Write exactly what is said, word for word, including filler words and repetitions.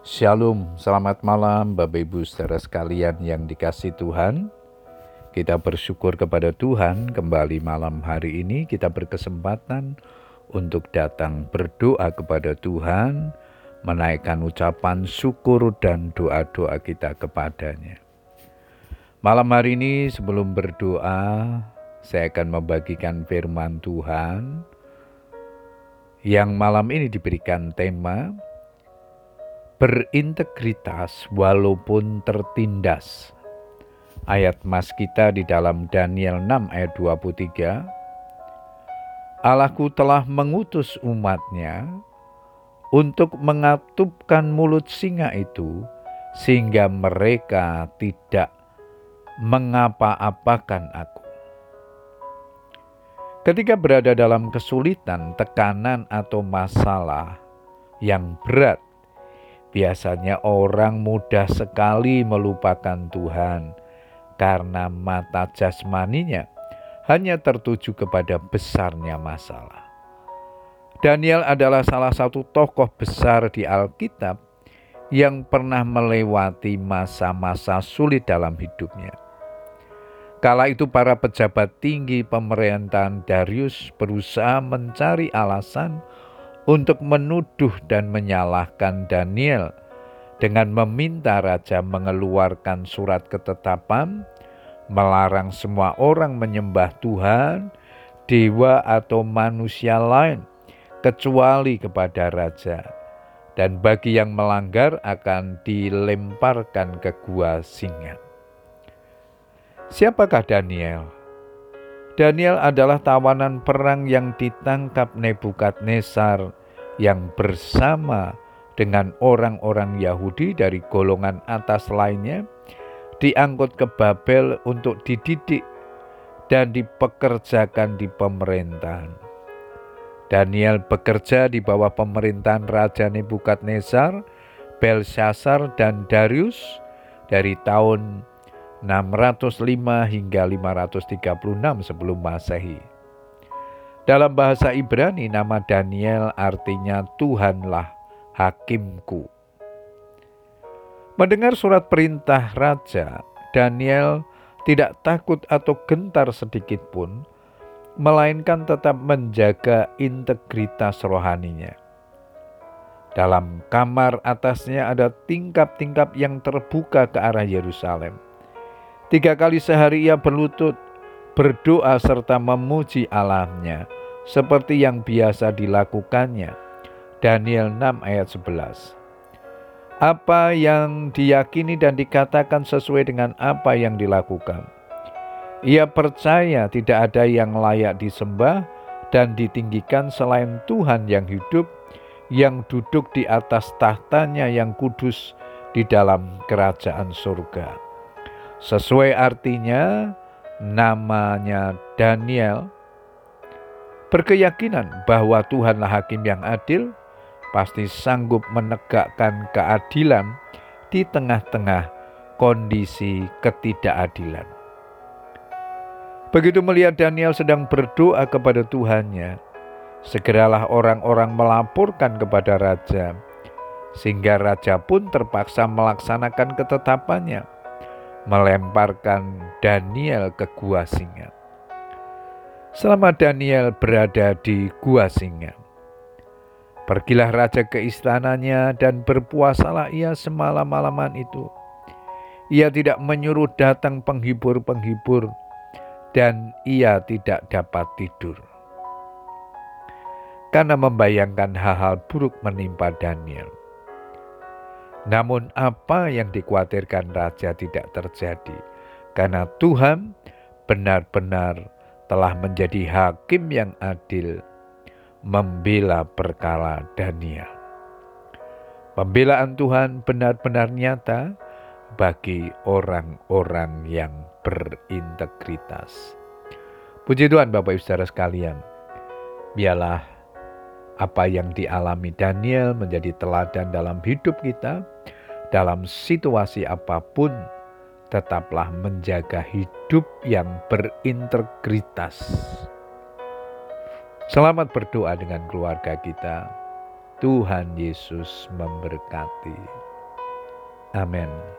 Shalom, selamat malam Bapak Ibu saudara sekalian yang dikasihi Tuhan. Kita bersyukur kepada Tuhan kembali malam hari ini kita berkesempatan untuk datang berdoa kepada Tuhan, menaikkan ucapan syukur dan doa-doa kita kepadanya. Malam hari ini sebelum berdoa, saya akan membagikan firman Tuhan yang malam ini diberikan tema berintegritas walaupun tertindas. Ayat mas kita di dalam Daniel enam ayat dua puluh tiga. Allahku telah mengutus umatnya untuk mengatupkan mulut singa itu sehingga mereka tidak mengapa-apakan aku. Ketika berada dalam kesulitan, tekanan atau masalah yang berat, biasanya orang mudah sekali melupakan Tuhan karena mata jasmaninya hanya tertuju kepada besarnya masalah. Daniel adalah salah satu tokoh besar di Alkitab yang pernah melewati masa-masa sulit dalam hidupnya. Kala itu para pejabat tinggi pemerintahan Darius berusaha mencari alasan untuk menuduh dan menyalahkan Daniel dengan meminta raja mengeluarkan surat ketetapan, melarang semua orang menyembah Tuhan, dewa atau manusia lain kecuali kepada raja, dan bagi yang melanggar akan dilemparkan ke gua singa. Siapakah Daniel? Daniel adalah tawanan perang yang ditangkap Nebukadnezar yang bersama dengan orang-orang Yahudi dari golongan atas lainnya diangkut ke Babel untuk dididik dan dipekerjakan di pemerintahan. Daniel bekerja di bawah pemerintahan Raja Nebukadnezar, Belshazzar, dan Darius dari tahun enam ratus lima hingga lima ratus tiga puluh enam sebelum Masehi. Dalam bahasa Ibrani, nama Daniel artinya Tuhanlah hakimku. Mendengar surat perintah raja, Daniel tidak takut atau gentar sedikit pun, melainkan tetap menjaga integritas rohaninya. Dalam kamar atasnya ada tingkap-tingkap yang terbuka ke arah Yerusalem. Tiga kali sehari ia berlutut, berdoa serta memuji Allahnya, seperti yang biasa dilakukannya. Daniel enam ayat sebelas. Apa yang diyakini dan dikatakan sesuai dengan apa yang dilakukan. Ia percaya tidak ada yang layak disembah dan ditinggikan selain Tuhan yang hidup, yang duduk di atas tahtanya yang kudus di dalam kerajaan surga. Sesuai artinya, namanya Daniel berkeyakinan bahwa Tuhanlah hakim yang adil, pasti sanggup menegakkan keadilan di tengah-tengah kondisi ketidakadilan. Begitu melihat Daniel sedang berdoa kepada Tuhannya, segeralah orang-orang melaporkan kepada raja, sehingga raja pun terpaksa melaksanakan ketetapannya, melemparkan Daniel ke gua singa. Selama Daniel berada di gua singa, pergilah raja ke istananya dan berpuasalah ia semalam-malaman itu. Ia tidak menyuruh datang penghibur-penghibur dan ia tidak dapat tidur, karena membayangkan hal-hal buruk menimpa Daniel. Namun apa yang dikhawatirkan raja tidak terjadi, karena Tuhan benar-benar telah menjadi hakim yang adil, membela perkara Daniel. Pembelaan Tuhan benar-benar nyata bagi orang-orang yang berintegritas. Puji Tuhan Bapak Ibu saudara sekalian, biarlah apa yang dialami Daniel menjadi teladan dalam hidup kita. Dalam situasi apapun, tetaplah menjaga hidup yang berintegritas. Selamat berdoa dengan keluarga kita. Tuhan Yesus memberkati. Amin.